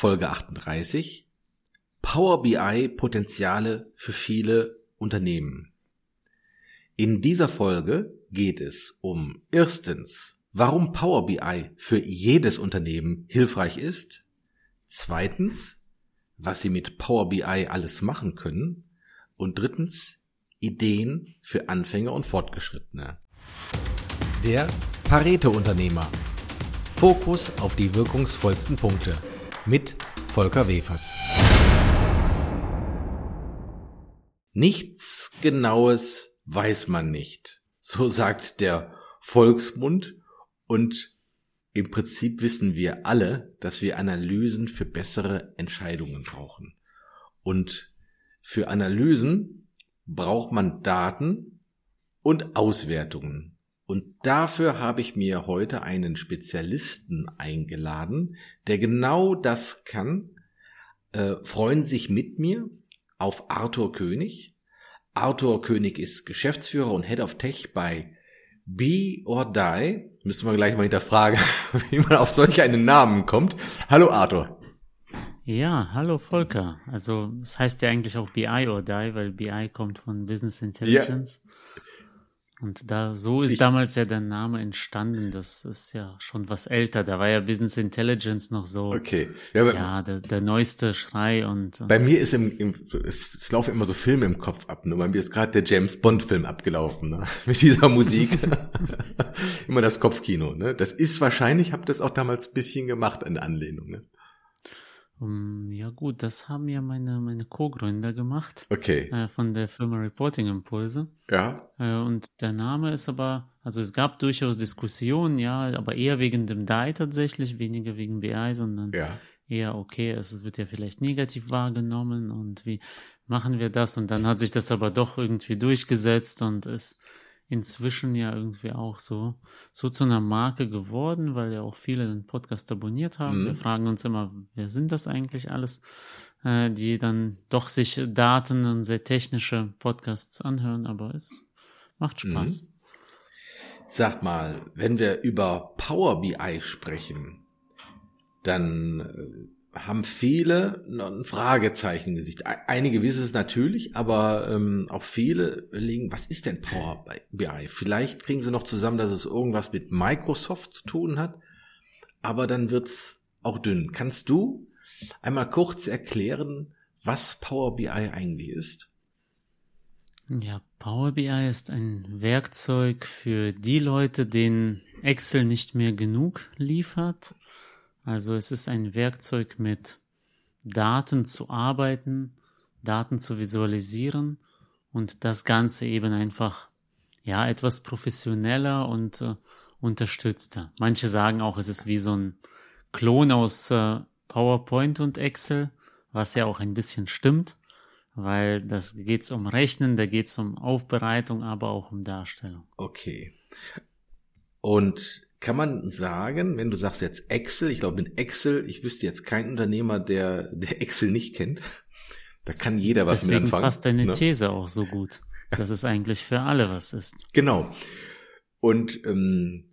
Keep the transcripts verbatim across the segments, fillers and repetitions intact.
Folge achtunddreißig. Power B I Potenziale für viele Unternehmen. In dieser Folge geht es um erstens, warum Power B I für jedes Unternehmen hilfreich ist. Zweitens, was Sie mit Power B I alles machen können. Und drittens, Ideen für Anfänger und Fortgeschrittene. Der Pareto-Unternehmer. Fokus auf die wirkungsvollsten Punkte. Mit Volker Wefers. Nichts Genaues weiß man nicht. So sagt der Volksmund. Und im Prinzip wissen wir alle, dass wir Analysen für bessere Entscheidungen brauchen. Und für Analysen braucht man Daten und Auswertungen. Und dafür habe ich mir heute einen Spezialisten eingeladen, der genau das kann. Äh, freuen sich mit mir auf Arthur König. Arthur König ist Geschäftsführer und Head of Tech bei Be or Die. Müssen wir gleich mal hinterfragen, wie man auf solch einen Namen kommt. Hallo Arthur. Ja, hallo Volker. Also es heißt ja eigentlich auch B I or Die, weil B I kommt von Business Intelligence. Ja. Und da so ist ich, damals ja der Name entstanden. Das ist ja schon was älter. Da war ja Business Intelligence noch so. Okay. Ja, ja der, der neueste Schrei und. Bei mir ist im, im es, es laufen immer so Filme im Kopf ab. Ne? Bei mir ist gerade der James Bond Film abgelaufen, ne? Mit dieser Musik. Immer das Kopfkino. Ne? Das ist wahrscheinlich, habe das auch damals ein bisschen gemacht in Anlehnung. Ne? Um, ja gut, das haben ja meine meine Co-Gründer gemacht. Okay. Äh, von der Firma Reporting Impulse. Ja. Äh, und der Name ist aber, also es gab durchaus Diskussionen, ja, aber eher wegen dem D I tatsächlich, weniger wegen B I, sondern ja. eher, okay, es wird ja vielleicht negativ wahrgenommen und wie machen wir das? Und dann hat sich das aber doch irgendwie durchgesetzt und ist inzwischen ja irgendwie auch so, so zu einer Marke geworden, weil ja auch viele den Podcast abonniert haben. Mhm. Wir fragen uns immer, wer sind das eigentlich alles, äh, die dann doch sich Daten und sehr technische Podcasts anhören, aber es macht Spaß. Mhm. Sag mal, wenn wir über Power B I sprechen, dann äh, haben viele ein Fragezeichen im Gesicht. Einige wissen es natürlich, aber ähm, auch viele legen, was ist denn Power B I? Vielleicht kriegen sie noch zusammen, dass es irgendwas mit Microsoft zu tun hat, aber dann wird's auch dünn. Kannst du einmal kurz erklären, was Power B I eigentlich ist? Ja, Power B I ist ein Werkzeug für die Leute, denen Excel nicht mehr genug liefert. Also es ist ein Werkzeug, mit Daten zu arbeiten, Daten zu visualisieren und das Ganze eben einfach ja etwas professioneller und äh, unterstützter. Manche sagen auch, es ist wie so ein Klon aus äh, PowerPoint und Excel, was ja auch ein bisschen stimmt, weil das geht's um Rechnen, da geht's um Aufbereitung, aber auch um Darstellung. Okay. Und kann man sagen, wenn du sagst jetzt Excel, ich glaube mit Excel, ich wüsste jetzt keinen Unternehmer, der, der Excel nicht kennt. Da kann jeder was Deswegen mit anfangen. Deswegen passt deine ne? These auch so gut, dass es eigentlich für alle was ist. Genau. Und ähm,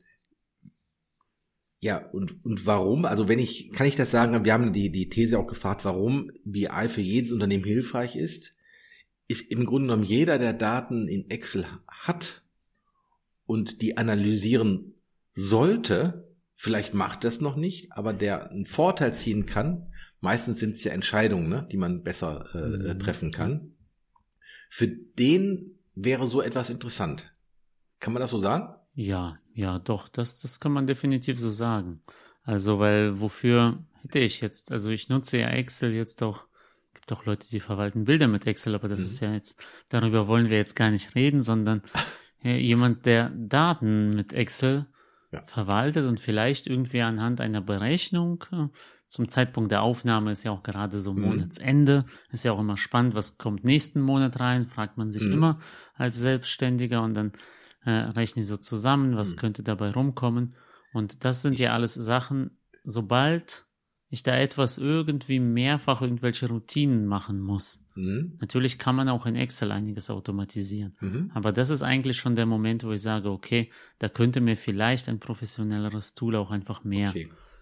ja, und und warum? Also wenn ich, kann ich das sagen, wir haben die, die These auch gefragt, warum B I für jedes Unternehmen hilfreich ist, ist im Grunde genommen jeder, der Daten in Excel hat und die analysieren sollte, vielleicht macht das noch nicht, aber der einen Vorteil ziehen kann, meistens sind es ja Entscheidungen, ne, die man besser äh, mhm. treffen kann, für den wäre so etwas interessant. Kann man das so sagen? Ja, ja, doch, das, das kann man definitiv so sagen. Also, weil wofür hätte ich jetzt, also ich nutze ja Excel jetzt auch, gibt auch Leute, die verwalten Bilder mit Excel, aber das mhm. ist ja jetzt, darüber wollen wir jetzt gar nicht reden, sondern ja, jemand, der Daten mit Excel Ja. verwaltet und vielleicht irgendwie anhand einer Berechnung, zum Zeitpunkt der Aufnahme ist ja auch gerade so Monatsende, mhm. ist ja auch immer spannend, was kommt nächsten Monat rein, fragt man sich mhm. immer als Selbstständiger und dann äh, rechne ich so zusammen, was mhm. könnte dabei rumkommen und das sind ich, ja alles Sachen, sobald ich da etwas irgendwie mehrfach irgendwelche Routinen machen muss. Mhm. Natürlich kann man auch in Excel einiges automatisieren. Mhm. Aber das ist eigentlich schon der Moment, wo ich sage, okay, da könnte mir vielleicht ein professionelleres Tool auch einfach mehr okay.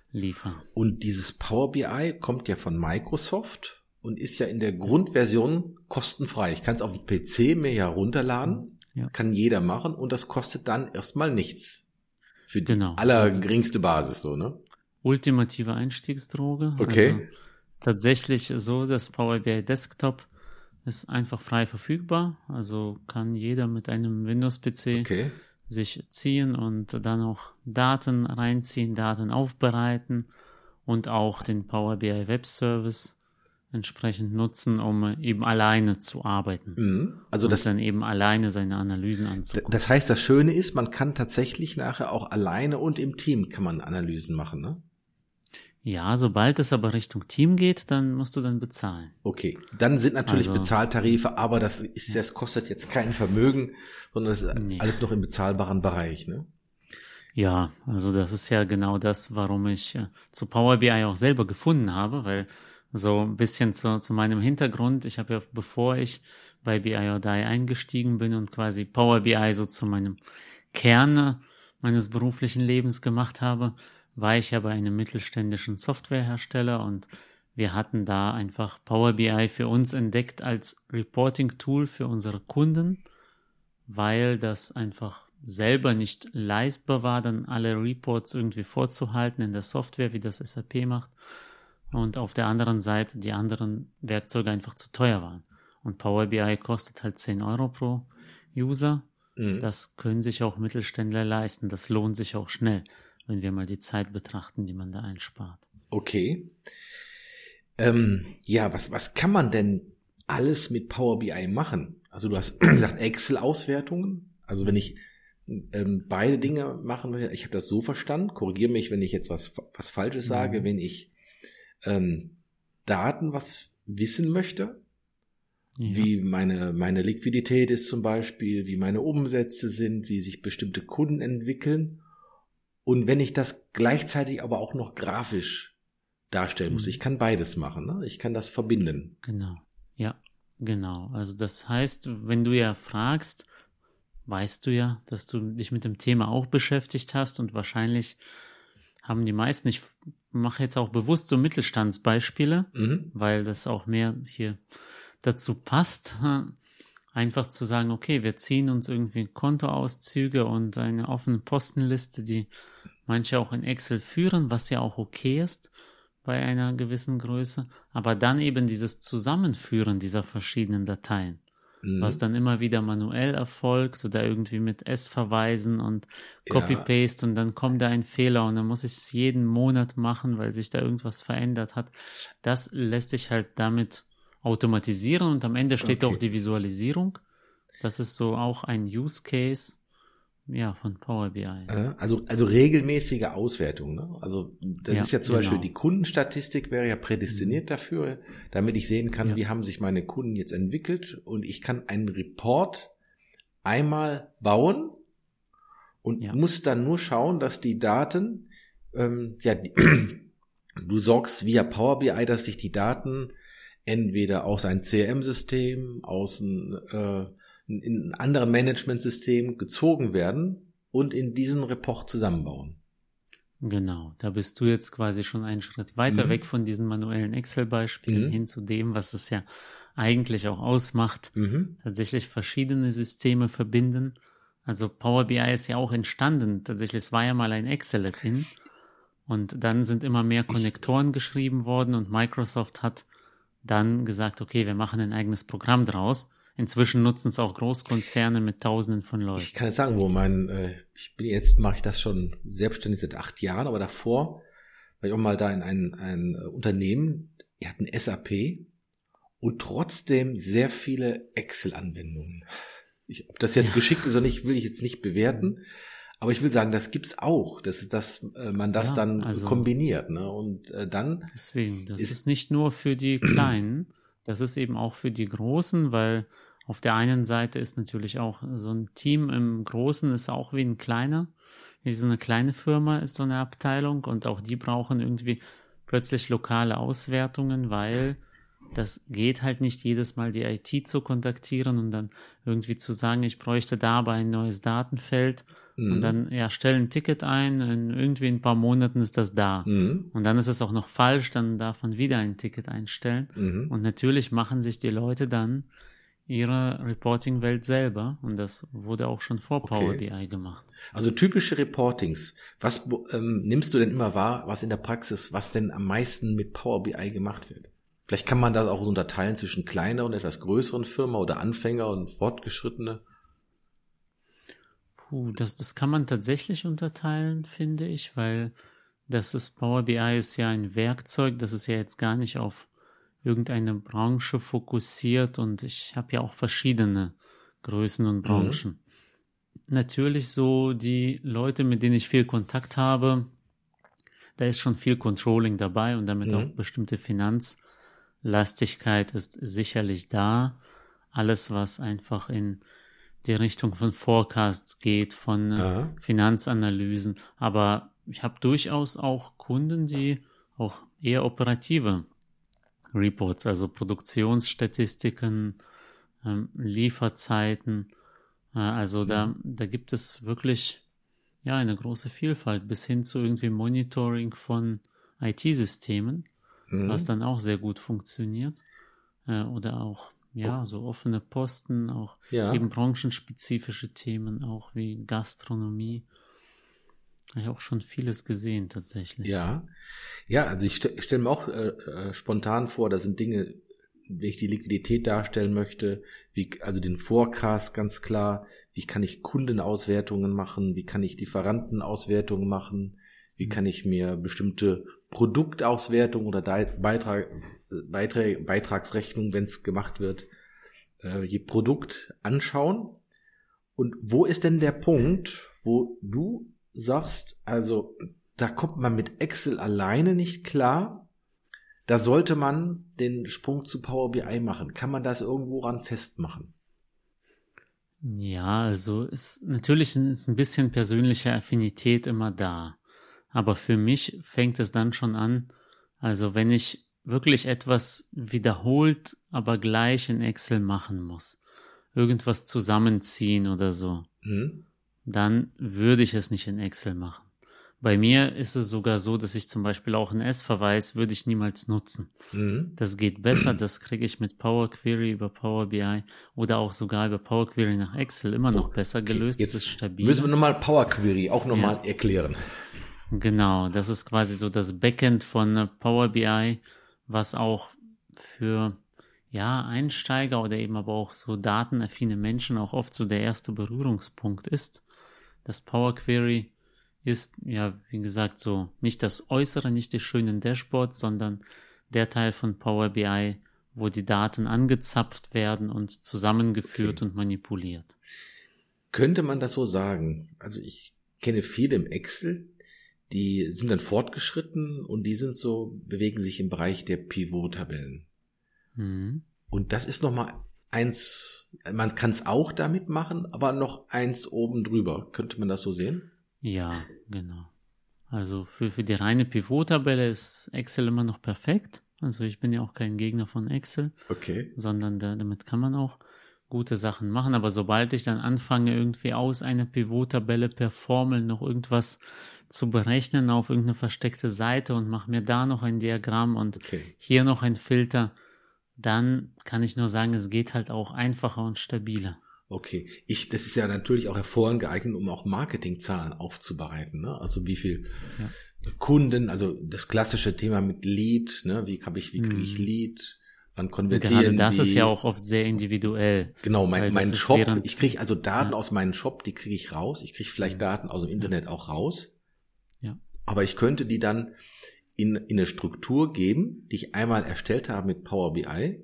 liefern. Und dieses Power B I kommt ja von Microsoft und ist ja in der Grundversion kostenfrei. Ich kann es auf dem P C mir ja runterladen, ja. Kann jeder machen und das kostet dann erstmal nichts. Für die genau, allergeringste also Basis, so, ne? Ultimative Einstiegsdroge. Okay. Also tatsächlich so, das Power B I Desktop ist einfach frei verfügbar. Also kann jeder mit einem Windows-P C okay. sich ziehen und dann auch Daten reinziehen, Daten aufbereiten und auch den Power B I Web Service entsprechend nutzen, um eben alleine zu arbeiten. Mhm. Also und das, dann eben alleine seine Analysen anzugucken. Das heißt, das Schöne ist, man kann tatsächlich nachher auch alleine und im Team kann man Analysen machen, ne? Ja, sobald es aber Richtung Team geht, dann musst du dann bezahlen. Okay, dann sind natürlich also, Bezahltarife, aber das ist, das kostet jetzt kein Vermögen, sondern das ist nee. alles noch im bezahlbaren Bereich, ne? Ja, also das ist ja genau das, warum ich äh, zu Power B I auch selber gefunden habe, weil so ein bisschen zu, zu meinem Hintergrund. Ich habe ja, bevor ich bei B I or Die eingestiegen bin und quasi Power B I so zu meinem Kern meines beruflichen Lebens gemacht habe, war ich ja bei einem mittelständischen Softwarehersteller und wir hatten da einfach Power B I für uns entdeckt als Reporting-Tool für unsere Kunden, weil das einfach selber nicht leistbar war, dann alle Reports irgendwie vorzuhalten in der Software, wie das S A P macht. Und auf der anderen Seite die anderen Werkzeuge einfach zu teuer waren. Und Power B I kostet halt zehn Euro pro User. Mhm. Das können sich auch Mittelständler leisten. Das lohnt sich auch schnell, wenn wir mal die Zeit betrachten, die man da einspart. Okay. Ähm, ja, was, was kann man denn alles mit Power B I machen? Also du hast gesagt Excel-Auswertungen. Also wenn ich ähm, beide Dinge machen will, ich habe das so verstanden, korrigiere mich, wenn ich jetzt was, was Falsches sage, mhm. wenn ich ähm, Daten was wissen möchte, ja. wie meine, meine Liquidität ist zum Beispiel, wie meine Umsätze sind, wie sich bestimmte Kunden entwickeln. Und wenn ich das gleichzeitig aber auch noch grafisch darstellen muss, mhm. ich kann beides machen, ne? Ich kann das verbinden. Genau, ja, genau. Also das heißt, wenn du ja fragst, weißt du ja, dass du dich mit dem Thema auch beschäftigt hast und wahrscheinlich haben die meisten, ich mache jetzt auch bewusst so Mittelstandsbeispiele, mhm. weil das auch mehr hier dazu passt, einfach zu sagen, okay, wir ziehen uns irgendwie Kontoauszüge und eine offene Postenliste, die manche auch in Excel führen, was ja auch okay ist bei einer gewissen Größe, aber dann eben dieses Zusammenführen dieser verschiedenen Dateien. Mhm. Was dann immer wieder manuell erfolgt oder irgendwie mit S-Verweisen und Copy-Paste ja. und dann kommt da ein Fehler und dann muss ich es jeden Monat machen, weil sich da irgendwas verändert hat. Das lässt sich halt damit automatisieren und am Ende steht okay. auch die Visualisierung. Das ist so auch ein Use Case ja, von Power B I. Also, also regelmäßige Auswertung, ne? Also das ja, ist ja zum genau. Beispiel die Kundenstatistik wäre ja prädestiniert mhm. dafür, damit ich sehen kann, ja. wie haben sich meine Kunden jetzt entwickelt und ich kann einen Report einmal bauen und ja. muss dann nur schauen, dass die Daten, ähm, ja, die, du sorgst via Power B I, dass sich die Daten entweder aus einem C R M-System, aus einem äh, in ein anderes Managementsystem gezogen werden und in diesen Report zusammenbauen. Genau, da bist du jetzt quasi schon einen Schritt weiter mhm. weg von diesen manuellen Excel-Beispielen mhm. hin zu dem, was es ja eigentlich auch ausmacht, mhm. tatsächlich verschiedene Systeme verbinden. Also Power B I ist ja auch entstanden, tatsächlich, es war ja mal ein Excel-Add-in und dann sind immer mehr Konnektoren geschrieben worden und Microsoft hat dann gesagt, okay, wir machen ein eigenes Programm draus. Inzwischen nutzen es auch Großkonzerne mit Tausenden von Leuten. Ich kann jetzt sagen, wo mein, äh, ich bin jetzt, mache ich das schon selbstständig seit acht Jahren, aber davor war ich auch mal da in ein, ein Unternehmen, die hatten S A P und trotzdem sehr viele Excel-Anwendungen. Ich, ob das jetzt ja. geschickt ist oder nicht, will ich jetzt nicht bewerten, aber ich will sagen, das gibt's auch, dass, dass äh, man das ja, dann also kombiniert, ne? Und äh, dann deswegen, das ist, ist nicht nur für die Kleinen, das ist eben auch für die Großen, weil auf der einen Seite ist natürlich auch so ein Team im Großen ist auch wie ein kleiner, wie so eine kleine Firma ist so eine Abteilung und auch die brauchen irgendwie plötzlich lokale Auswertungen, weil das geht halt nicht jedes Mal die I T zu kontaktieren und dann irgendwie zu sagen, ich bräuchte da aber ein neues Datenfeld Mhm. und dann, ja, stell ein Ticket ein, in irgendwie in ein paar Monaten ist das da. Mhm. Und dann ist es auch noch falsch, dann darf man wieder ein Ticket einstellen. Mhm. Und natürlich machen sich die Leute dann ihre Reporting-Welt selber und das wurde auch schon vor Okay. Power B I gemacht. Also typische Reportings. Was ähm, nimmst du denn immer wahr, was in der Praxis, was denn am meisten mit Power B I gemacht wird? Vielleicht kann man das auch so unterteilen zwischen kleiner und etwas größeren Firma oder Anfänger und Fortgeschrittene. Puh, das, das kann man tatsächlich unterteilen, finde ich, weil das ist, Power B I ist ja ein Werkzeug, das ist ja jetzt gar nicht auf irgendeine Branche fokussiert und ich habe ja auch verschiedene Größen und Branchen. Mhm. Natürlich so die Leute, mit denen ich viel Kontakt habe, da ist schon viel Controlling dabei und damit mhm. auch bestimmte Finanzlastigkeit ist sicherlich da. Alles, was einfach in die Richtung von Forecasts geht, von Aha. Finanzanalysen. Aber ich habe durchaus auch Kunden, die auch eher operative Reports, also Produktionsstatistiken, ähm, Lieferzeiten, äh, also mhm. da, da gibt es wirklich ja eine große Vielfalt bis hin zu irgendwie Monitoring von I T-Systemen, mhm. was dann auch sehr gut funktioniert, äh, oder auch ja so offene Posten, auch ja. eben branchenspezifische Themen, auch wie Gastronomie. Habe ich auch schon vieles gesehen tatsächlich. Ja, ja, also ich st- stelle mir auch äh, äh, spontan vor, da sind Dinge, wenn ich die Liquidität darstellen möchte, wie also den Forecast ganz klar, wie kann ich Kundenauswertungen machen, wie kann ich Lieferantenauswertungen machen, wie kann ich mir bestimmte Produktauswertungen oder Beitrag, Beitrag, Beitragsrechnungen, wenn es gemacht wird, äh, je Produkt anschauen. Und wo ist denn der Punkt, wo du sagst, also da kommt man mit Excel alleine nicht klar, da sollte man den Sprung zu Power B I machen. Kann man das irgendwo ran festmachen? Ja, also ist natürlich ist ein bisschen persönliche Affinität immer da. Aber für mich fängt es dann schon an, also wenn ich wirklich etwas wiederholt, aber gleich in Excel machen muss, irgendwas zusammenziehen oder so, mhm. dann würde ich es nicht in Excel machen. Bei mir ist es sogar so, dass ich zum Beispiel auch einen S-Verweis würde ich niemals nutzen. Mhm. Das geht besser, das kriege ich mit Power Query über Power B I oder auch sogar über Power Query nach Excel immer noch besser gelöst. Okay, jetzt das ist stabil. Müssen wir nochmal Power Query auch nochmal ja. erklären. Genau, das ist quasi so das Backend von Power B I, was auch für ja Einsteiger oder eben aber auch so datenaffine Menschen auch oft so der erste Berührungspunkt ist. Das Power Query ist, ja, wie gesagt, so nicht das Äußere, nicht die schönen Dashboards, sondern der Teil von Power B I, wo die Daten angezapft werden und zusammengeführt okay. und manipuliert. Könnte man das so sagen? Also ich kenne viele im Excel, die sind dann fortgeschritten und die sind so, bewegen sich im Bereich der Pivot-Tabellen. Mhm. Und das ist nochmal eins, man kann es auch damit machen, aber noch eins oben drüber. Könnte man das so sehen? Ja, genau. Also für, für die reine Pivot-Tabelle ist Excel immer noch perfekt. Also ich bin ja auch kein Gegner von Excel. Okay. Sondern da, damit kann man auch gute Sachen machen. Aber sobald ich dann anfange, irgendwie aus einer Pivot-Tabelle per Formel noch irgendwas zu berechnen auf irgendeine versteckte Seite und mache mir da noch ein Diagramm und okay. hier noch ein Filter, dann kann ich nur sagen, es geht halt auch einfacher und stabiler. Okay, ich, das ist ja natürlich auch hervorragend geeignet, um auch Marketingzahlen aufzubereiten, ne? Also wie viel ja. Kunden, also das klassische Thema mit Lead, ne? Wie habe ich, wie kriege ich Lead? Wann konvertieren Gerade das die? ist ja auch oft sehr individuell. Genau, mein, mein Shop, ich kriege also Daten ja. aus meinem Shop, die kriege ich raus. Ich kriege vielleicht ja. Daten aus dem Internet ja. auch raus. Ja. Aber ich könnte die dann in, in eine Struktur geben, die ich einmal erstellt habe mit Power B I.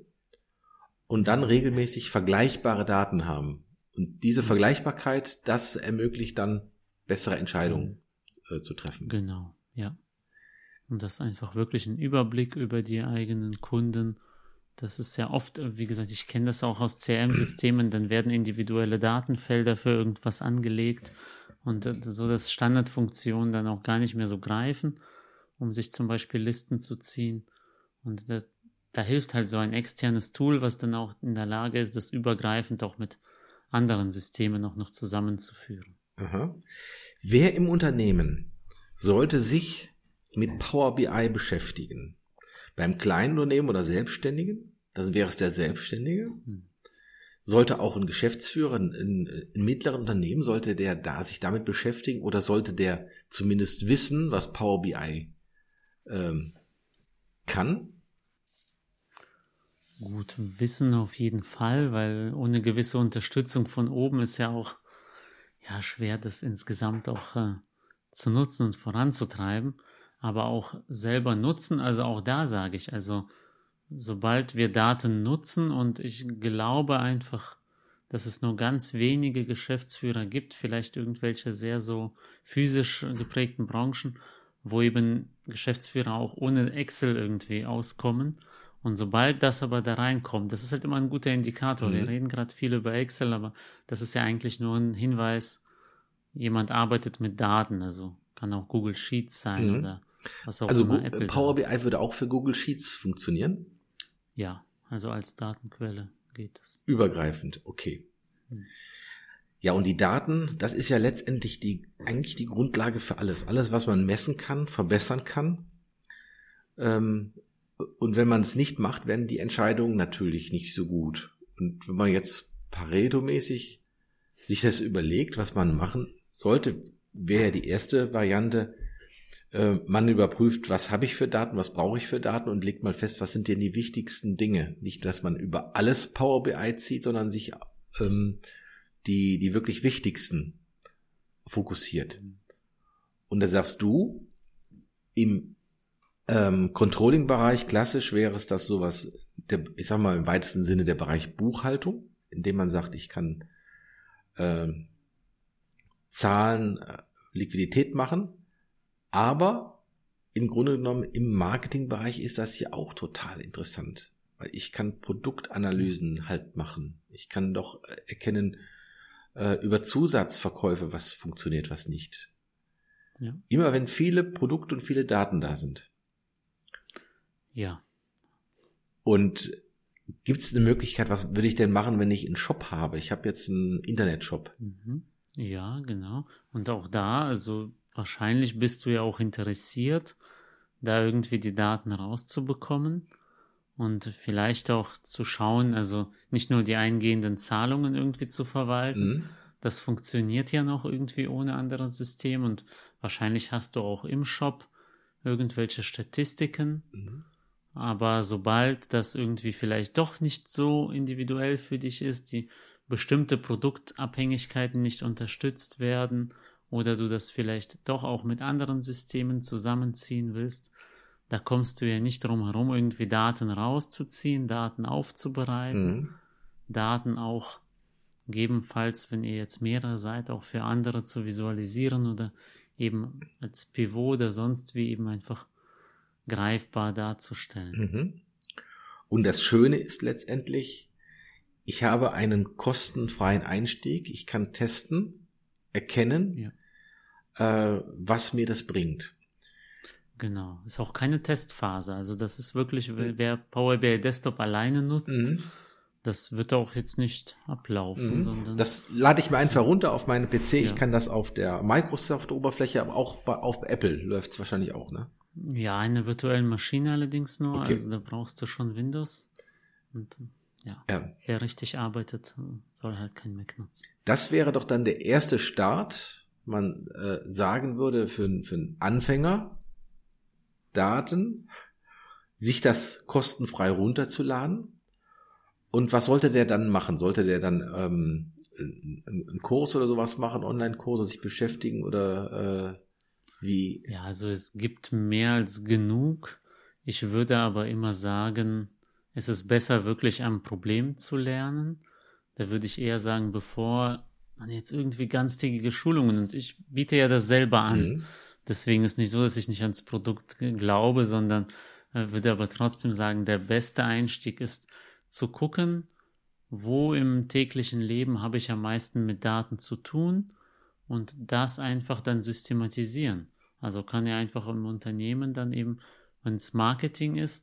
Und dann regelmäßig vergleichbare Daten haben. Und diese Vergleichbarkeit, das ermöglicht dann bessere Entscheidungen äh, zu treffen. Genau, ja. Und das ist einfach wirklich ein Überblick über die eigenen Kunden. Das ist ja oft, wie gesagt, ich kenne das auch aus C R M-Systemen, dann werden individuelle Datenfelder für irgendwas angelegt und so, dass Standardfunktionen dann auch gar nicht mehr so greifen, um sich zum Beispiel Listen zu ziehen. Und das da hilft halt so ein externes Tool, was dann auch in der Lage ist, das übergreifend auch mit anderen Systemen auch noch zusammenzuführen. Aha. Wer im Unternehmen sollte sich mit Power B I beschäftigen? Beim kleinen Unternehmen oder Selbstständigen? Das wäre es der Selbstständige. Hm. Sollte auch ein Geschäftsführer, ein, ein, ein mittleres Unternehmen, sollte der da sich damit beschäftigen oder sollte der zumindest wissen, was Power B I ähm, kann? Gut, Wissen auf jeden Fall, weil ohne gewisse Unterstützung von oben ist ja auch ja schwer, das insgesamt auch äh, zu nutzen und voranzutreiben, aber auch selber nutzen, also auch da sage ich, also sobald wir Daten nutzen und ich glaube einfach, dass es nur ganz wenige Geschäftsführer gibt, vielleicht irgendwelche sehr so physisch geprägten Branchen, wo eben Geschäftsführer auch ohne Excel irgendwie auskommen. Und sobald das aber da reinkommt, das ist halt immer ein guter Indikator. Mhm. Wir reden gerade viel über Excel, aber das ist ja eigentlich nur ein Hinweis, jemand arbeitet mit Daten, also kann auch Google Sheets sein mhm. oder was auch also immer. Also Power B I würde auch für Google Sheets funktionieren? Ja, also als Datenquelle geht es. Übergreifend, okay. Hm. Ja, und die Daten, das ist ja letztendlich die eigentlich die Grundlage für alles. Alles, was man messen kann, verbessern kann. Ähm, und wenn man es nicht macht, werden die Entscheidungen natürlich nicht so gut. Und wenn man jetzt Pareto-mäßig sich das überlegt, was man machen sollte, wäre ja die erste Variante, man überprüft, was habe ich für Daten, was brauche ich für Daten und legt mal fest, was sind denn die wichtigsten Dinge. Nicht, dass man über alles Power B I zieht, sondern sich ähm, die, die wirklich wichtigsten fokussiert. Und da sagst du, im ähm, Controlling-Bereich klassisch wäre es das sowas, der, ich sag mal im weitesten Sinne der Bereich Buchhaltung, in dem man sagt, ich kann äh, Zahlen, äh, Liquidität machen. Aber im Grunde genommen im Marketingbereich ist das hier auch total interessant, weil ich kann Produktanalysen halt machen. Ich kann doch erkennen äh, über Zusatzverkäufe, was funktioniert, was nicht. Ja. Immer wenn viele Produkte und viele Daten da sind. Ja. Und gibt es eine Möglichkeit, was würde ich denn machen, wenn ich einen Shop habe? Ich habe jetzt einen Internetshop. Mhm. Ja, genau. Und auch da, also wahrscheinlich bist du ja auch interessiert, da irgendwie die Daten rauszubekommen und vielleicht auch zu schauen, also nicht nur die eingehenden Zahlungen irgendwie zu verwalten. Mhm. Das funktioniert ja noch irgendwie ohne anderes System und wahrscheinlich hast du auch im Shop irgendwelche Statistiken. Mhm. Aber sobald das irgendwie vielleicht doch nicht so individuell für dich ist, die bestimmte Produktabhängigkeiten nicht unterstützt werden, oder du das vielleicht doch auch mit anderen Systemen zusammenziehen willst, da kommst du ja nicht drum herum, irgendwie Daten rauszuziehen, Daten aufzubereiten, mhm. Daten auch gegebenenfalls, wenn ihr jetzt mehrere seid, auch für andere zu visualisieren oder eben als Pivot oder sonst wie eben einfach greifbar darzustellen. Mhm. Und das Schöne ist letztendlich, ich habe einen kostenfreien Einstieg, ich kann testen, erkennen, ja. äh, was mir das bringt. Genau, ist auch keine Testphase, also das ist wirklich, mhm. wer Power B I Desktop alleine nutzt, mhm. das wird auch jetzt nicht ablaufen, mhm. sondern... Das lade ich mir einfach runter auf meinen P C, ja. Ich kann das auf der Microsoft-Oberfläche, aber auch bei, auf Apple läuft es wahrscheinlich auch, ne? Ja, eine virtuelle Maschine allerdings nur, okay. Also da brauchst du schon Windows und... Ja. ja, wer richtig arbeitet, soll halt kein Mac nutzen. Das wäre doch dann der erste Start, man äh, sagen würde, für, für einen Anfänger, Daten, sich das kostenfrei runterzuladen. Und was sollte der dann machen? Sollte der dann ähm, einen Kurs oder sowas machen, Online-Kurse, sich beschäftigen oder äh, wie? Ja, also es gibt mehr als genug. Ich würde aber immer sagen, es ist besser, wirklich am Problem zu lernen. Da würde ich eher sagen, bevor man jetzt irgendwie ganztägige Schulungen, und ich biete ja das selber an. Mhm. Deswegen ist nicht so, dass ich nicht ans Produkt glaube, sondern äh, würde aber trotzdem sagen, der beste Einstieg ist zu gucken, wo im täglichen Leben habe ich am meisten mit Daten zu tun und das einfach dann systematisieren. Also kann ja einfach im Unternehmen dann eben, wenn es Marketing ist,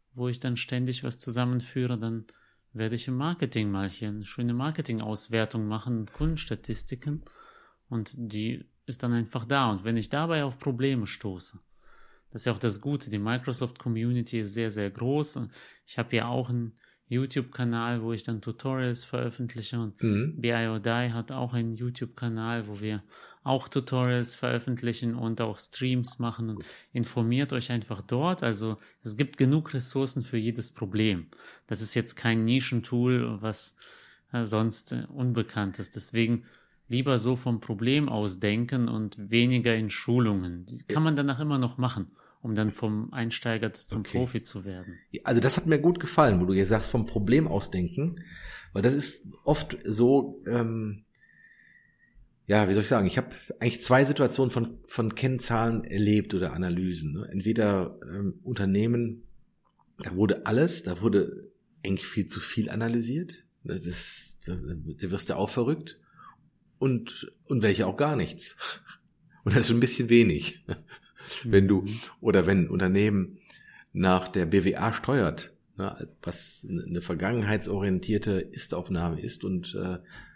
wo ich dann ständig was zusammenführe, dann werde ich im Marketing mal hier eine schöne Marketing-Auswertung machen, Kundenstatistiken, und die ist dann einfach da. Und wenn ich dabei auf Probleme stoße, das ist ja auch das Gute, die Microsoft-Community ist sehr, sehr groß, und ich habe ja auch einen YouTube-Kanal, wo ich dann Tutorials veröffentliche, und Mhm. B I O Die hat auch einen YouTube-Kanal, wo wir auch Tutorials veröffentlichen und auch Streams machen, und informiert euch einfach dort. Also es gibt genug Ressourcen für jedes Problem. Das ist jetzt kein Nischentool, was äh, sonst äh, unbekannt ist. Deswegen lieber so vom Problem aus denken und weniger in Schulungen. Die kann man danach immer noch machen, um dann vom Einsteiger bis zum Okay. Profi zu werden. Also das hat mir gut gefallen, wo du jetzt sagst, vom Problem ausdenken, weil das ist oft so, ähm, ja, wie soll ich sagen, ich habe eigentlich zwei Situationen von von Kennzahlen erlebt oder Analysen. Ne? Entweder ähm, Unternehmen, da wurde alles, da wurde eigentlich viel zu viel analysiert, das ist, da, da wirst du auch verrückt, und und welche auch gar nichts. Und das ist schon ein bisschen wenig. Wenn du, oder wenn ein Unternehmen nach der B W A steuert, ne, was eine vergangenheitsorientierte Ist-Aufnahme ist und äh,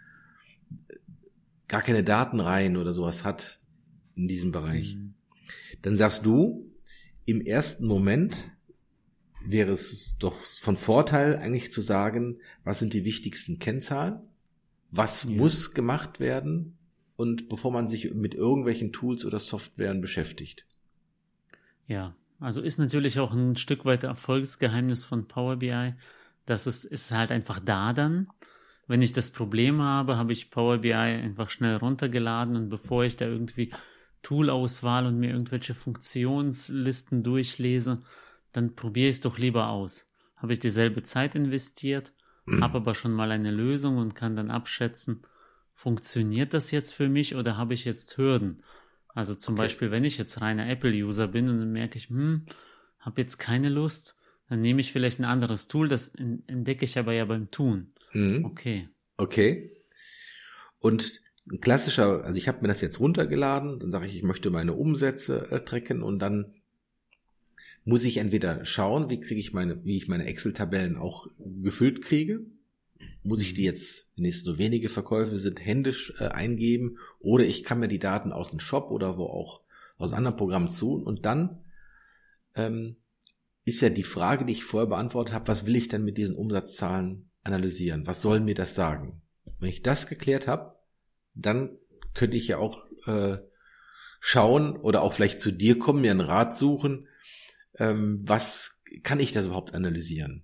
gar keine Datenreihen oder sowas hat in diesem Bereich, Mhm. dann sagst du, im ersten Moment wäre es doch von Vorteil eigentlich zu sagen, was sind die wichtigsten Kennzahlen, was Ja. muss gemacht werden, und bevor man sich mit irgendwelchen Tools oder Softwaren beschäftigt. Ja, also ist natürlich auch ein Stück weit Erfolgsgeheimnis von Power B I, dass es ist halt einfach da dann. Wenn ich das Problem habe, habe ich Power B I einfach schnell runtergeladen, und bevor ich da irgendwie Toolauswahl und mir irgendwelche Funktionslisten durchlese, dann probiere ich es doch lieber aus. Habe ich dieselbe Zeit investiert, habe aber schon mal eine Lösung und kann dann abschätzen, funktioniert das jetzt für mich oder habe ich jetzt Hürden? Also zum Okay. Beispiel, wenn ich jetzt reiner Apple-User bin und dann merke ich, hm, habe jetzt keine Lust, dann nehme ich vielleicht ein anderes Tool, das entdecke ich aber ja beim Tun. Mhm. Okay. Okay. Und ein klassischer, also ich habe mir das jetzt runtergeladen, dann sage ich, ich möchte meine Umsätze äh, tracken, und dann muss ich entweder schauen, wie kriege ich meine, wie ich meine Excel-Tabellen auch gefüllt kriege. Muss ich die jetzt, wenn es nur wenige Verkäufe sind, händisch äh, eingeben, oder ich kann mir die Daten aus dem Shop oder wo auch aus anderen Programmen zu, und dann ähm, ist ja die Frage, die ich vorher beantwortet habe, was will ich denn mit diesen Umsatzzahlen analysieren? Was soll mir das sagen? Wenn ich das geklärt habe, dann könnte ich ja auch äh, schauen oder auch vielleicht zu dir kommen, mir einen Rat suchen, ähm, was kann ich das überhaupt analysieren?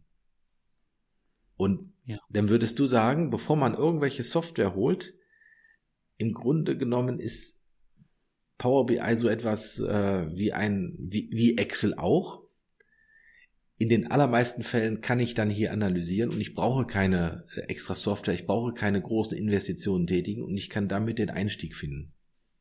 Und Ja. dann würdest du sagen, bevor man irgendwelche Software holt, im Grunde genommen ist Power B I so etwas äh, wie ein wie, wie Excel auch. In den allermeisten Fällen kann ich dann hier analysieren, und ich brauche keine äh, extra Software, ich brauche keine großen Investitionen tätigen, und ich kann damit den Einstieg finden.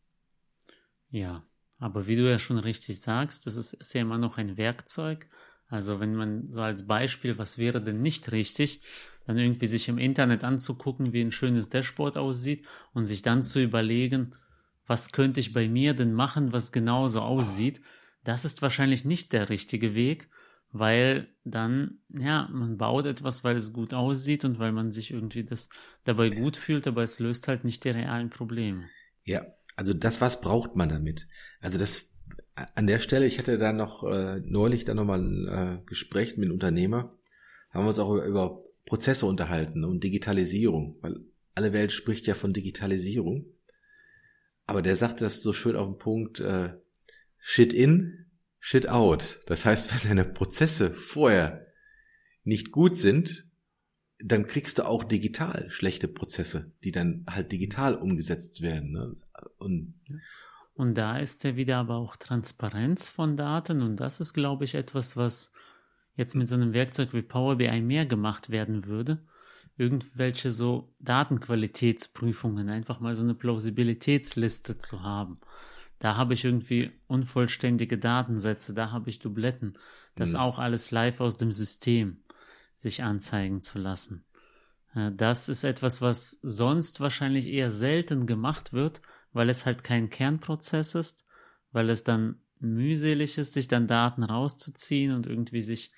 Ja, aber wie du ja schon richtig sagst, das ist, ist ja immer noch ein Werkzeug. Also wenn man so als Beispiel, was wäre denn nicht richtig, dann irgendwie sich im Internet anzugucken, wie ein schönes Dashboard aussieht, und sich dann zu überlegen, was könnte ich bei mir denn machen, was genauso aussieht, das ist wahrscheinlich nicht der richtige Weg, weil dann, ja, man baut etwas, weil es gut aussieht und weil man sich irgendwie das dabei gut fühlt, aber es löst halt nicht die realen Probleme. Ja, also das, was braucht man damit? Also das an der Stelle, ich hatte da noch äh, neulich dann nochmal ein äh, Gespräch mit einem Unternehmer, haben wir uns auch über, über Prozesse unterhalten und Digitalisierung, weil alle Welt spricht ja von Digitalisierung, aber der sagte das so schön auf den Punkt, äh, Shit in, Shit out. Das heißt, wenn deine Prozesse vorher nicht gut sind, dann kriegst du auch digital schlechte Prozesse, die dann halt digital umgesetzt werden. Ne? Und Und da ist ja wieder aber auch Transparenz von Daten, und das ist, glaube ich, etwas, was jetzt mit so einem Werkzeug wie Power B I mehr gemacht werden würde. Irgendwelche so Datenqualitätsprüfungen, einfach mal so eine Plausibilitätsliste zu haben. Da habe ich irgendwie unvollständige Datensätze, da habe ich Dubletten. Das Mhm. auch alles live aus dem System sich anzeigen zu lassen. Äh, Das ist etwas, was sonst wahrscheinlich eher selten gemacht wird, weil es halt kein Kernprozess ist, weil es dann mühselig ist, sich dann Daten rauszuziehen und irgendwie sich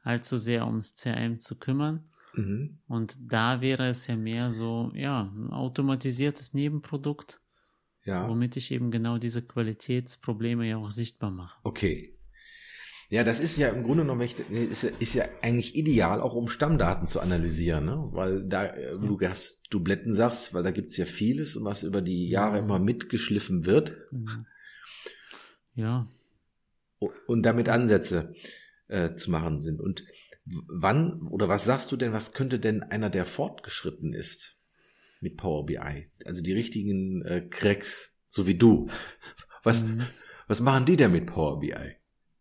allzu sehr ums C R M zu kümmern. Mhm. Und da wäre es ja mehr so, ja, ein automatisiertes Nebenprodukt, Ja. womit ich eben genau diese Qualitätsprobleme ja auch sichtbar mache. Okay. Ja, das ist ja im Grunde genommen echt, ist, ja- ist ja eigentlich ideal, auch um Stammdaten zu analysieren, ne? Weil da, äh, wo du hast Dubletten sagst, weil da gibt's ja vieles und was über die Jahre immer mitgeschliffen wird Genau. Ja, und damit Ansätze äh, zu machen sind. Und w- wann oder was sagst du denn, was könnte denn einer, der fortgeschritten ist mit Power B I? Also die richtigen äh, Cracks, so wie du. Was, Mhm. was machen die denn mit Power B I?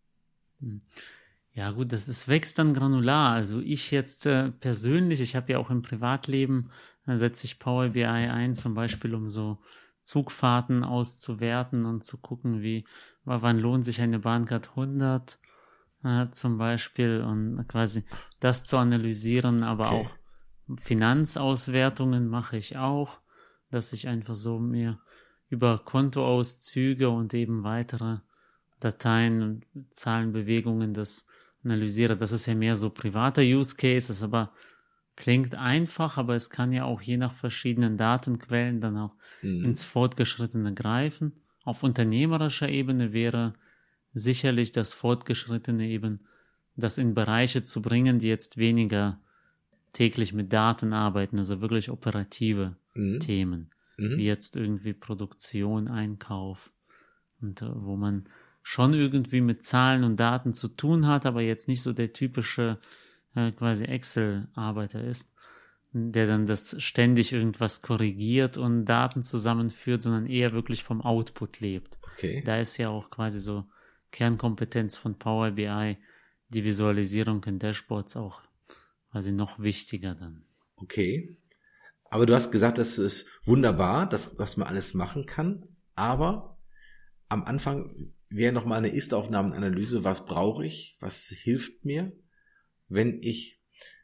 ja gut, das, das wächst dann granular. Also ich jetzt äh, persönlich, ich habe ja auch im Privatleben, äh, setze ich Power B I ein, zum Beispiel um so Zugfahrten auszuwerten und zu gucken, wie, wa- wann lohnt sich eine Bahncard hundert äh, zum Beispiel und quasi das zu analysieren, aber Okay. auch Finanzauswertungen mache ich auch, dass ich einfach so mir über Kontoauszüge und eben weitere Dateien und Zahlenbewegungen das analysiere. Das ist ja mehr so privater Use Case, das aber klingt einfach, aber es kann ja auch je nach verschiedenen Datenquellen dann auch Mhm. ins Fortgeschrittene greifen. Auf unternehmerischer Ebene wäre sicherlich das Fortgeschrittene eben, das in Bereiche zu bringen, die jetzt weniger täglich mit Daten arbeiten, also wirklich operative Mhm. Themen, Mhm. wie jetzt irgendwie Produktion, Einkauf und äh, wo man schon irgendwie mit Zahlen und Daten zu tun hat, aber jetzt nicht so der typische äh, quasi Excel-Arbeiter ist, der dann das ständig irgendwas korrigiert und Daten zusammenführt, sondern eher wirklich vom Output lebt. Okay. Da ist ja auch quasi so Kernkompetenz von Power B I, die Visualisierung in Dashboards auch quasi noch wichtiger dann. Okay. Aber du hast gesagt, das ist wunderbar, dass, dass man alles machen kann. Aber am Anfang wäre nochmal eine Ist-Aufnahmenanalyse. Was brauche ich? Was hilft mir? Wenn ich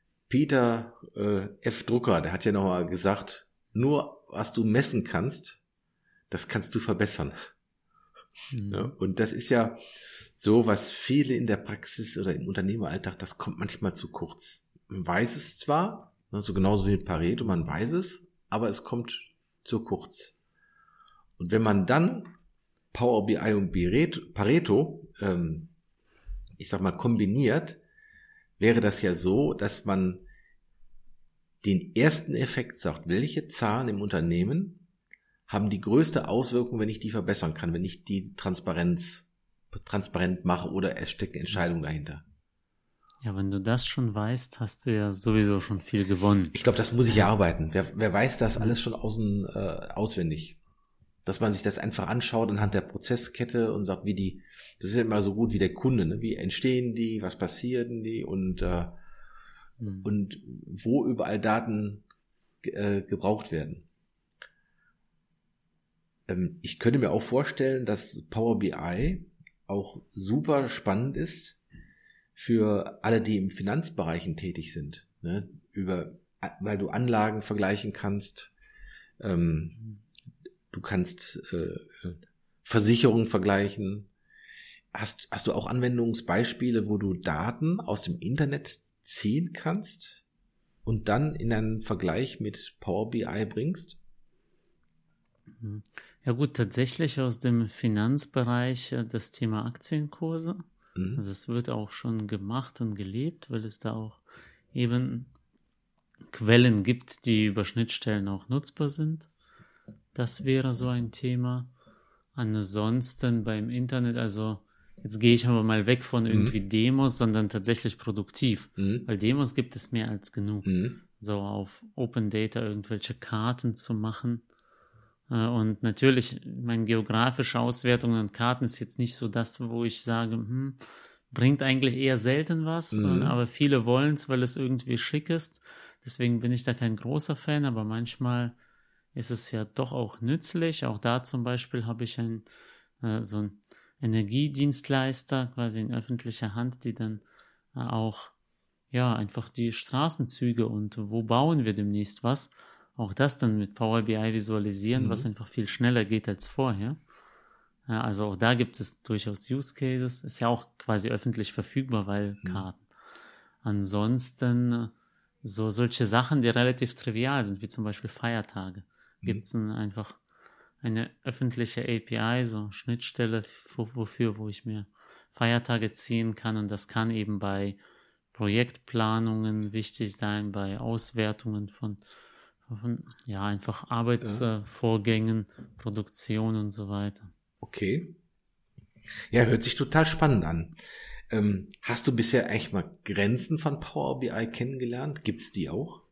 Peter äh, F. Drucker, der hat ja nochmal gesagt, nur was du messen kannst, das kannst du verbessern. Mhm. Ja, und das ist ja so, was viele in der Praxis oder im Unternehmeralltag, das kommt manchmal zu kurz. Man weiß es zwar, ne, so genauso wie mit Pareto, man weiß es, aber es kommt zu kurz. Und wenn man dann Power B I und Pareto, ähm, ich sag mal, kombiniert, wäre das ja so, dass man den ersten Effekt sagt, welche Zahlen im Unternehmen haben die größte Auswirkung, wenn ich die verbessern kann, wenn ich die Transparenz transparent mache oder es steckt eine Entscheidung dahinter. Ja, wenn du das schon weißt, hast du ja sowieso schon viel gewonnen. Ich glaube, das muss ich erarbeiten. Wer, wer weiß das alles schon außen, äh, auswendig? Dass man sich das einfach anschaut anhand der Prozesskette und sagt, wie die, das ist ja immer so gut wie der Kunde, ne? Wie entstehen die, was passieren die und, äh, Mhm. und wo überall Daten äh, gebraucht werden. Ähm, ich könnte mir auch vorstellen, dass Power B I auch super spannend ist für alle, die im Finanzbereichen tätig sind, ne? Über, weil du Anlagen vergleichen kannst, ähm, du kannst äh, Versicherungen vergleichen. Hast, hast du auch Anwendungsbeispiele, wo du Daten aus dem Internet ziehen kannst und dann in einen Vergleich mit Power B I bringst? Ja gut, tatsächlich aus dem Finanzbereich äh, das Thema Aktienkurse. Mhm. Also es wird auch schon gemacht und gelebt, weil es da auch eben Quellen gibt, die über Schnittstellen auch nutzbar sind. Das wäre so ein Thema. Ansonsten beim Internet, also jetzt gehe ich aber mal weg von irgendwie Demos, sondern tatsächlich produktiv. Mhm. Weil Demos gibt es mehr als genug. Mhm. So auf Open Data irgendwelche Karten zu machen. Äh, Und natürlich, meine geografische Auswertung an Karten ist jetzt nicht so das, wo ich sage, hm, bringt eigentlich eher selten was, Mhm. äh, aber viele wollen es, weil es irgendwie schick ist. Deswegen bin ich da kein großer Fan, aber manchmal ist es ja doch auch nützlich. Auch da zum Beispiel habe ich ein, äh, so einen Energiedienstleister quasi in öffentlicher Hand, die dann äh, auch ja einfach die Straßenzüge und wo bauen wir demnächst was, auch das dann mit Power B I visualisieren, Mhm. was einfach viel schneller geht als vorher. Ja, also auch da gibt es durchaus Use Cases. Ist ja auch quasi öffentlich verfügbar, weil Mhm. Karten. ansonsten so solche Sachen, die relativ trivial sind, wie zum Beispiel Feiertage. Gibt es einfach eine öffentliche A P I, so Schnittstelle wo, wofür, wo ich mir Feiertage ziehen kann, und das kann eben bei Projektplanungen wichtig sein, bei Auswertungen von, von ja, einfach Arbeitsvorgängen, ja. äh, Produktion und so weiter. Okay. Ja, hört sich total spannend an. Ähm, hast du bisher eigentlich mal Grenzen von Power B I kennengelernt? Gibt's die auch?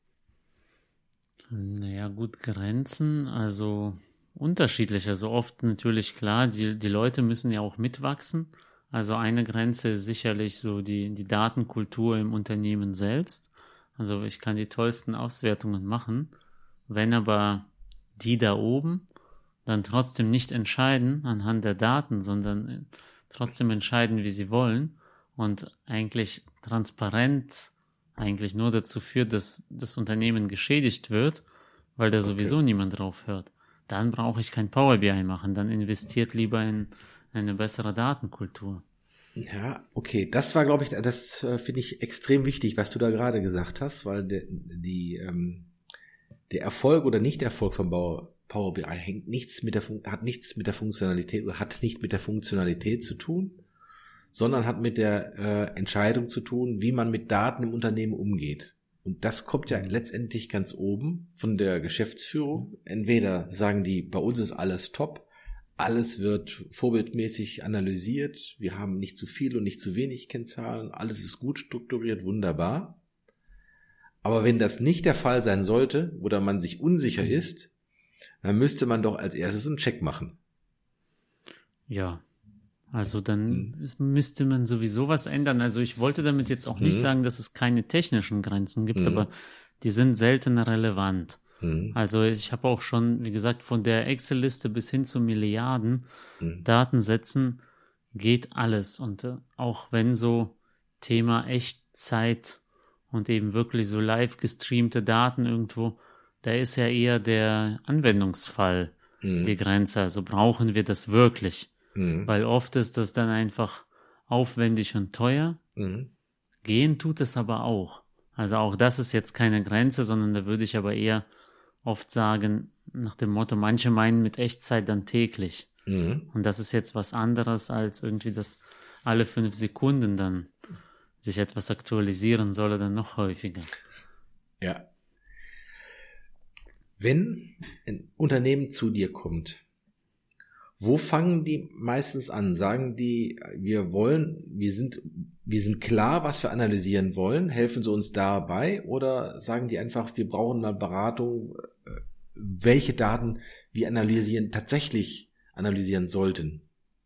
Naja, gut, Grenzen, also unterschiedlich. Also oft natürlich klar, die, die Leute müssen ja auch mitwachsen. Also eine Grenze ist sicherlich so die, die Datenkultur im Unternehmen selbst. Also ich kann die tollsten Auswertungen machen, wenn aber die da oben dann trotzdem nicht entscheiden anhand der Daten, sondern trotzdem entscheiden, wie sie wollen, und eigentlich Transparenz eigentlich nur dazu führt, dass das Unternehmen geschädigt wird, weil da okay. sowieso niemand drauf hört. Dann brauche ich kein Power B I machen, dann investiert lieber in eine bessere Datenkultur. Ja, okay, das war, glaube ich, das äh, finde ich extrem wichtig, was du da gerade gesagt hast, weil de, die ähm, der Erfolg oder Nicht-Erfolg von Power, Power B I hängt nichts mit der hat nichts mit der Funktionalität oder hat nicht mit der Funktionalität zu tun, sondern hat mit der äh, Entscheidung zu tun, wie man mit Daten im Unternehmen umgeht. Und das kommt ja letztendlich ganz oben von der Geschäftsführung. Entweder sagen die, bei uns ist alles top, alles wird vorbildmäßig analysiert, wir haben nicht zu viel und nicht zu wenig Kennzahlen, alles ist gut strukturiert, wunderbar. Aber wenn das nicht der Fall sein sollte oder man sich unsicher ist, dann müsste man doch als erstes einen Check machen. Ja. Also dann hm. müsste man sowieso was ändern. Also ich wollte damit jetzt auch nicht hm. sagen, dass es keine technischen Grenzen gibt, hm. aber die sind selten relevant. Hm. Also ich habe auch schon, wie gesagt, von der Excel-Liste bis hin zu Milliarden hm. Datensätzen geht alles. Und äh, auch wenn so Thema Echtzeit und eben wirklich so live gestreamte Daten irgendwo, da ist ja eher der Anwendungsfall hm. die Grenze. Also brauchen wir das wirklich? Mhm. Weil oft ist das dann einfach aufwendig und teuer. Mhm. Gehen tut es aber auch. Also auch das ist jetzt keine Grenze, sondern da würde ich aber eher oft sagen, nach dem Motto, manche meinen mit Echtzeit dann täglich. Mhm. Und das ist jetzt was anderes, als irgendwie, dass alle fünf Sekunden dann sich etwas aktualisieren soll oder noch häufiger. Ja. Wenn ein Unternehmen zu dir kommt, wo fangen die meistens an? Sagen die, wir wollen, wir sind, wir sind klar, was wir analysieren wollen, helfen sie uns dabei? Oder sagen die einfach, wir brauchen eine Beratung, welche Daten wir analysieren, tatsächlich analysieren sollten?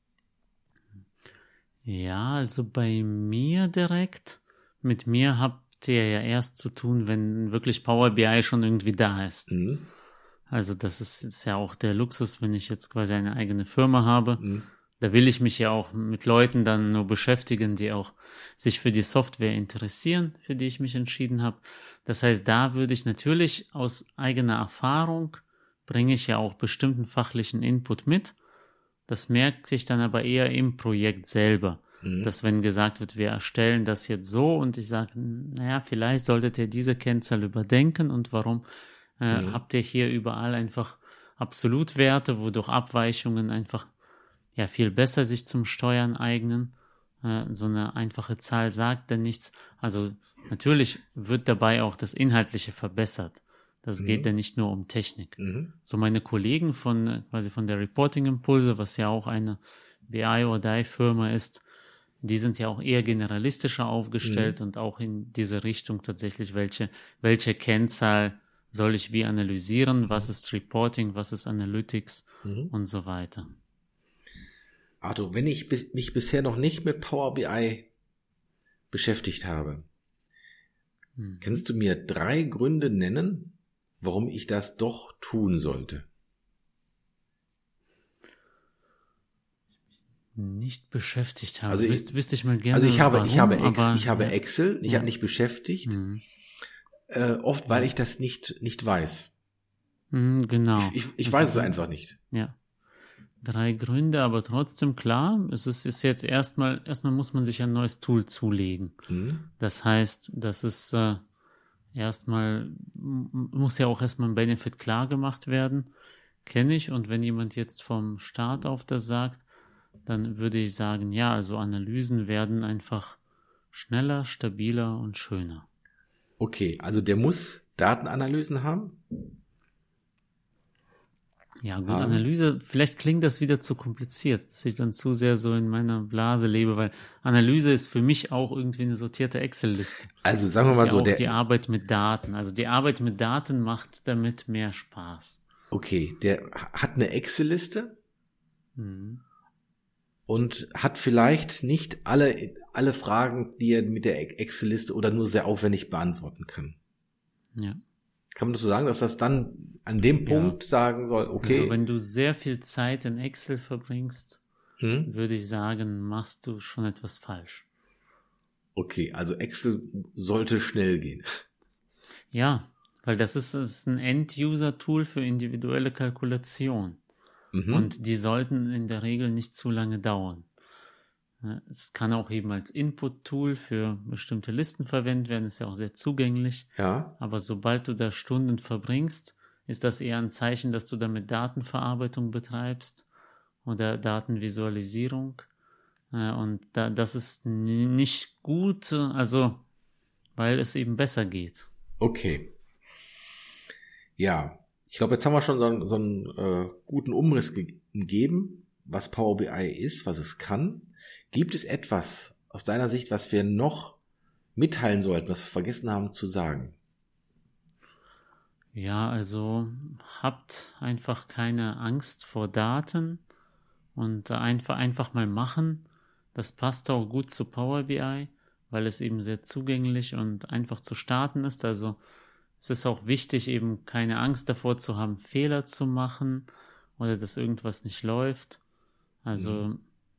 Ja, also bei mir direkt, mit mir habt ihr ja erst zu tun, wenn wirklich Power B I schon irgendwie da ist. Mhm. Also das ist, ist ja auch der Luxus, wenn ich jetzt quasi eine eigene Firma habe. Mhm. Da will ich mich ja auch mit Leuten dann nur beschäftigen, die auch sich für die Software interessieren, für die ich mich entschieden habe. Das heißt, da würde ich natürlich aus eigener Erfahrung, bringe ich ja auch bestimmten fachlichen Input mit. Das merke ich dann aber eher im Projekt selber. Mhm. Dass wenn gesagt wird, wir erstellen das jetzt so und ich sage, naja, vielleicht solltet ihr diese Kennzahl überdenken und warum Äh, mhm. habt ihr hier überall einfach Absolutwerte, wodurch Abweichungen einfach ja viel besser sich zum Steuern eignen. Äh, so eine einfache Zahl sagt dann nichts. Also natürlich wird dabei auch das Inhaltliche verbessert. Das mhm. geht ja nicht nur um Technik. Mhm. So meine Kollegen von quasi von der Reporting Impulse, was ja auch eine B I or D I-Firma ist, die sind ja auch eher generalistischer aufgestellt mhm. und auch in diese Richtung tatsächlich, welche, welche Kennzahl soll ich wie analysieren, was ist Reporting, was ist Analytics mhm. und so weiter. Arthur, wenn ich mich bisher noch nicht mit Power B I beschäftigt habe, mhm. kannst du mir drei Gründe nennen, warum ich das doch tun sollte? Nicht beschäftigt habe. Also ich, Wüs, wüsste ich mal gerne. Also ich habe, warum, ich habe, Ex, aber, ich habe ja. Excel, ich ja. habe nicht beschäftigt. Mhm. Äh, oft, weil ich das nicht nicht weiß. Mhm, genau. Ich, ich, ich weiß es einfach nicht. Ja. drei Gründe, aber trotzdem klar, es ist, ist jetzt erstmal, erstmal muss man sich ein neues Tool zulegen. Mhm. Das heißt, das ist äh, erstmal, m- muss ja auch erstmal ein Benefit klar gemacht werden, kenne ich. Und wenn jemand jetzt vom Start auf das sagt, dann würde ich sagen, ja, also Analysen werden einfach schneller, stabiler und schöner. Okay, also der muss Datenanalysen haben? Ja, gut, Ah. Analyse, vielleicht klingt das wieder zu kompliziert, dass ich dann zu sehr so in meiner Blase lebe, weil Analyse ist für mich auch irgendwie eine sortierte Excel-Liste. Also sagen wir Das mal ist ja so, auch der, die Arbeit mit Daten. Also die Arbeit mit Daten macht damit mehr Spaß. okay, der hat eine Excel-Liste Mhm. und hat vielleicht nicht alle, alle Fragen, die er mit der Excel-Liste oder nur sehr aufwendig beantworten kann. Ja. Kann man das so sagen, dass das dann an dem Punkt Ja. sagen soll, okay, Also wenn du sehr viel Zeit in Excel verbringst, hm? würde ich sagen, machst du schon etwas falsch. Okay, also Excel sollte schnell gehen. Ja, weil das ist, das ist ein End-User-Tool für individuelle Kalkulation. Mhm. Und die sollten in der Regel nicht zu lange dauern. Ja, es kann auch eben als Input-Tool für bestimmte Listen verwendet werden, ist ja auch sehr zugänglich. Ja, Aber sobald du da Stunden verbringst, ist das eher ein Zeichen, dass du damit Datenverarbeitung betreibst oder Datenvisualisierung. Äh, Und da, das ist n- nicht gut, äh, also weil es eben besser geht. okay. Ja, ich glaube, jetzt haben wir schon so einen, so einen äh, guten Umriss ge- gegeben, was Power B I ist, was es kann. Gibt es etwas aus deiner Sicht, was wir noch mitteilen sollten, was wir vergessen haben zu sagen? Ja, also habt einfach keine Angst vor Daten und äh, einfach, einfach mal machen. Das passt auch gut zu Power B I, weil es eben sehr zugänglich und einfach zu starten ist. Also es ist auch wichtig, eben keine Angst davor zu haben, Fehler zu machen oder dass irgendwas nicht läuft. Also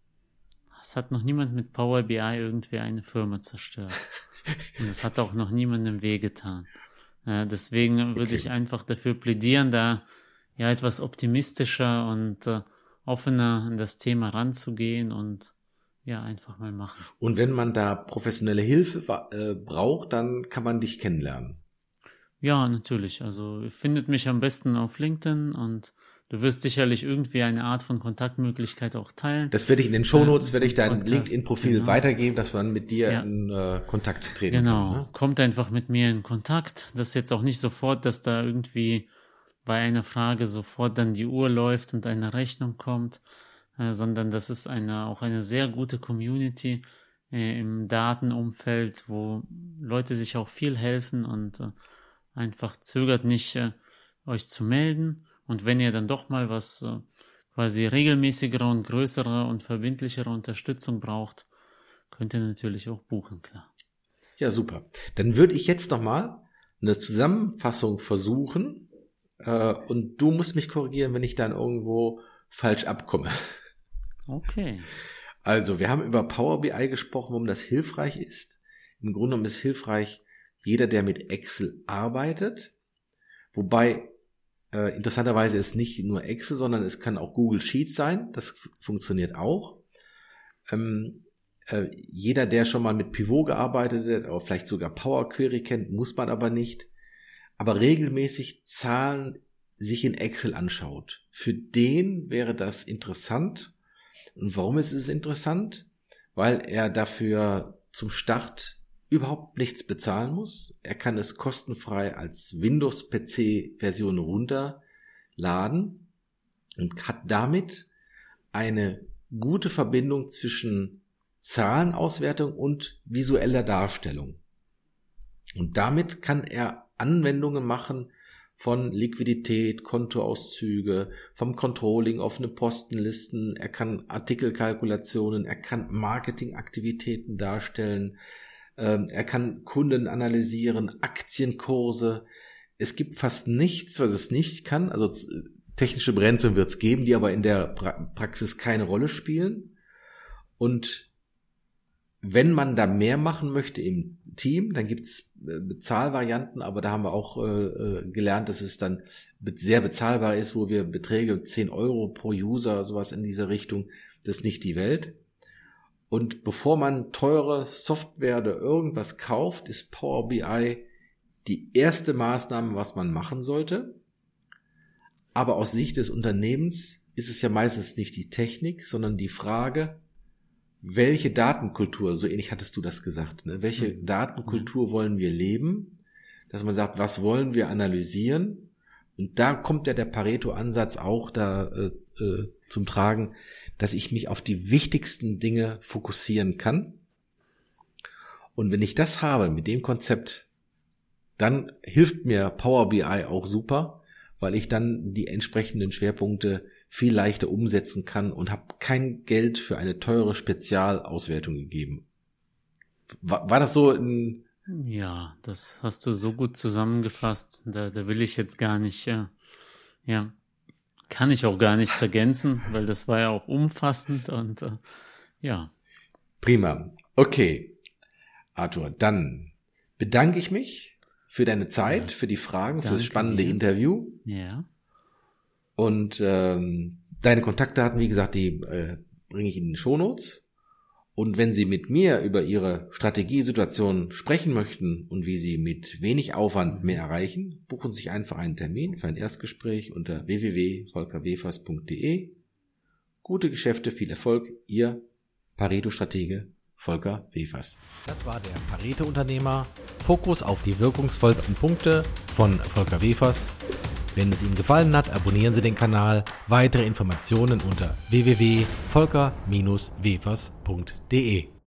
es hat noch niemand mit Power B I irgendwie eine Firma zerstört. Und es hat auch noch niemandem wehgetan. Äh, deswegen würde Okay. ich einfach dafür plädieren, da ja etwas optimistischer und äh, offener an das Thema ranzugehen und ja, einfach mal machen. Und wenn man da professionelle Hilfe wa- äh, braucht, dann kann man dich kennenlernen. Ja, natürlich. Also ihr findet mich am besten auf LinkedIn und du wirst sicherlich irgendwie eine Art von Kontaktmöglichkeit auch teilen. Das werde ich in den Shownotes, Äh, werde ich zum dein Podcast, LinkedIn-Profil genau. weitergeben, dass man mit dir Ja. in äh, Kontakt treten Genau, kann. Ne? kommt einfach mit mir in Kontakt. Das ist jetzt auch nicht sofort, dass da irgendwie bei einer Frage sofort dann die Uhr läuft und eine Rechnung kommt, äh, sondern das ist eine, auch eine sehr gute Community äh, im Datenumfeld, wo Leute sich auch viel helfen und äh, einfach zögert nicht, äh, euch zu melden. Und wenn ihr dann doch mal was äh, quasi regelmäßigere und größere und verbindlichere Unterstützung braucht, könnt ihr natürlich auch buchen, klar. Ja, super. Dann würde ich jetzt nochmal eine Zusammenfassung versuchen äh, und du musst mich korrigieren, wenn ich dann irgendwo falsch abkomme. Okay. Also, wir haben über Power B I gesprochen, warum das hilfreich ist. Im Grunde genommen ist hilfreich jeder, der mit Excel arbeitet. Wobei äh, interessanterweise ist nicht nur Excel, sondern es kann auch Google Sheets sein. Das f- funktioniert auch. Ähm, äh, jeder, der schon mal mit Pivot gearbeitet hat, oder vielleicht sogar Power Query kennt, muss man aber nicht. Aber regelmäßig Zahlen sich in Excel anschaut. Für den wäre das interessant. Und warum ist es interessant? Weil er dafür zum Start überhaupt nichts bezahlen muss. Er kann es kostenfrei als Windows-P C-Version runterladen und hat damit eine gute Verbindung zwischen Zahlenauswertung und visueller Darstellung. Und damit kann er Anwendungen machen von Liquidität, Kontoauszüge, vom Controlling, offene Postenlisten, er kann Artikelkalkulationen, er kann Marketingaktivitäten darstellen, ähm, er kann Kunden analysieren, Aktienkurse. Es gibt fast nichts, was es nicht kann. Also z- technische Begrenzungen wird es geben, die aber in der pra- Praxis keine Rolle spielen. Und wenn man da mehr machen möchte im Team, dann gibt's Bezahlvarianten, aber da haben wir auch äh, gelernt, dass es dann sehr bezahlbar ist, wo wir Beträge zehn Euro pro User, sowas in dieser Richtung, das ist nicht die Welt. Und bevor man teure Software oder irgendwas kauft, ist Power B I die erste Maßnahme, was man machen sollte. Aber aus Sicht des Unternehmens ist es ja meistens nicht die Technik, sondern die Frage, welche Datenkultur, so ähnlich hattest du das gesagt, ne? Welche mhm. Datenkultur wollen wir leben? Dass man sagt, was wollen wir analysieren? Und da kommt ja der Pareto-Ansatz auch da äh, äh, zum Tragen, dass ich mich auf die wichtigsten Dinge fokussieren kann. Und wenn ich das habe mit dem Konzept, dann hilft mir Power B I auch super, weil ich dann die entsprechenden Schwerpunkte viel leichter umsetzen kann und habe kein Geld für eine teure Spezialauswertung gegeben. War, war das so ein... Ja, das hast du so gut zusammengefasst. Da, da will ich jetzt gar nicht, ja, ja, kann ich auch gar nichts ergänzen, weil das war ja auch umfassend und äh, ja. Prima. Okay, Arthur, dann bedanke ich mich für deine Zeit, ja, für die Fragen, fürs spannende dir. Interview. Ja. Und ähm, deine Kontaktdaten, wie gesagt, die äh, bringe ich in den Shownotes. Und wenn Sie mit mir über Ihre Strategiesituation sprechen möchten und wie Sie mit wenig Aufwand mehr erreichen, buchen Sie sich einfach einen Termin für ein Erstgespräch unter w w w punkt volker wefers punkt d e. Gute Geschäfte, viel Erfolg, Ihr Pareto-Stratege Volker Wefers. Das war der Pareto-Unternehmer. Fokus auf die wirkungsvollsten Punkte von Volker Wefers. Wenn es Ihnen gefallen hat, abonnieren Sie den Kanal. Weitere Informationen unter w w w punkt volker Bindestrich wefers punkt d e.